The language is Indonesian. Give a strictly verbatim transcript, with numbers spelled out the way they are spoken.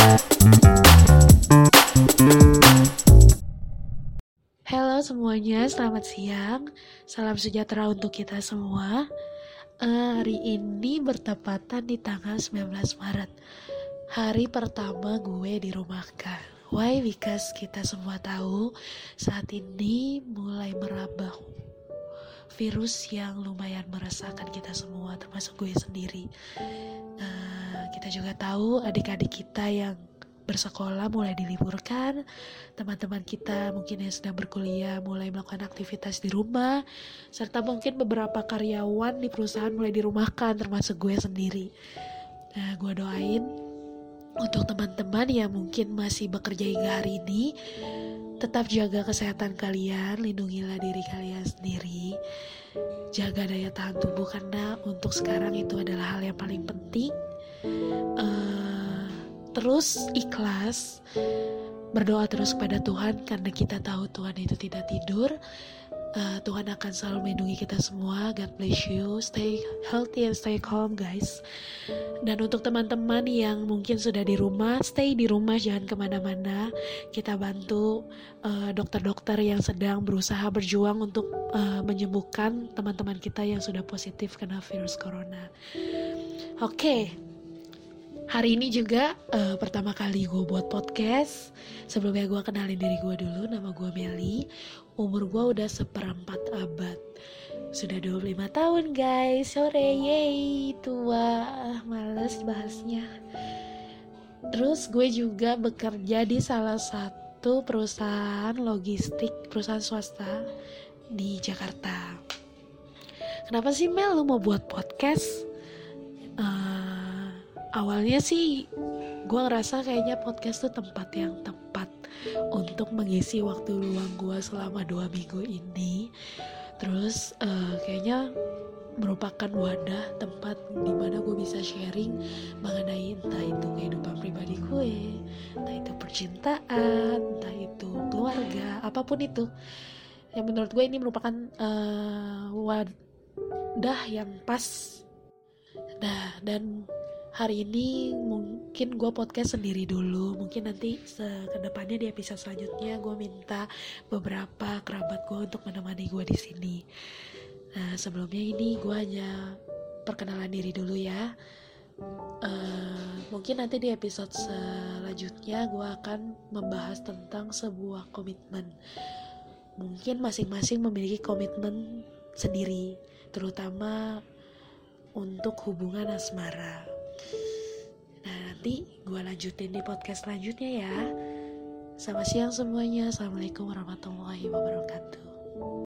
Halo semuanya, selamat siang. Salam sejahtera untuk kita semua. Uh, hari ini bertepatan di tanggal sembilan belas Maret, hari pertama gue dirumahkan. Why? Because kita semua tahu saat ini mulai merambah virus yang lumayan meresahkan kita semua, termasuk gue sendiri. Uh, kita juga tahu adik-adik kita yang bersekolah mulai diliburkan, teman-teman kita mungkin yang sedang berkuliah mulai melakukan aktivitas di rumah, serta mungkin beberapa karyawan di perusahaan mulai dirumahkan, termasuk gue sendiri. Nah, gue doain untuk teman-teman yang mungkin masih bekerja hingga hari ini, tetap jaga kesehatan kalian, lindungilah diri kalian sendiri, jaga daya tahan tubuh, karena untuk sekarang itu adalah hal yang paling penting. uh, Terus ikhlas, berdoa terus kepada Tuhan, karena kita tahu Tuhan itu tidak tidur. uh, Tuhan akan selalu melindungi kita semua. God bless you, stay healthy and stay calm guys. Dan untuk teman-teman yang mungkin sudah di rumah, stay di rumah, jangan kemana-mana. Kita bantu uh, dokter-dokter yang sedang berusaha berjuang untuk uh, menyembuhkan teman-teman kita yang sudah positif kena virus corona. Oke, okay. Hari ini juga uh, pertama kali gue buat podcast. Sebelumnya gue kenalin diri gue dulu. Nama gue Meli. Umur gue udah seperempat abad. Sudah dua puluh lima tahun guys. Sore, yeay, tua. Males bahasnya. Terus gue juga bekerja di salah satu perusahaan logistik, perusahaan swasta di Jakarta. Kenapa sih Mel lu mau buat podcast? Uh, Awalnya sih gue ngerasa kayaknya podcast tuh tempat yang tepat untuk mengisi waktu luang gue selama dua minggu ini. Terus uh, kayaknya merupakan wadah, tempat dimana gue bisa sharing mengenai entah itu kehidupan pribadi gue, entah itu percintaan, entah itu keluarga, apapun itu. Yang menurut gue ini merupakan uh, wadah yang pas. Nah, dan hari ini mungkin gue podcast sendiri dulu. Mungkin nanti kedepannya di episode selanjutnya gue minta beberapa kerabat gue untuk menemani gue di sini. Nah, sebelumnya ini gue hanya perkenalan diri dulu ya. Uh, mungkin nanti di episode selanjutnya gue akan membahas tentang sebuah komitmen. Mungkin masing-masing memiliki komitmen sendiri, terutama untuk hubungan asmara. Nah, nanti gue lanjutin di podcast selanjutnya ya. Selamat siang semuanya. Assalamualaikum warahmatullahi wabarakatuh.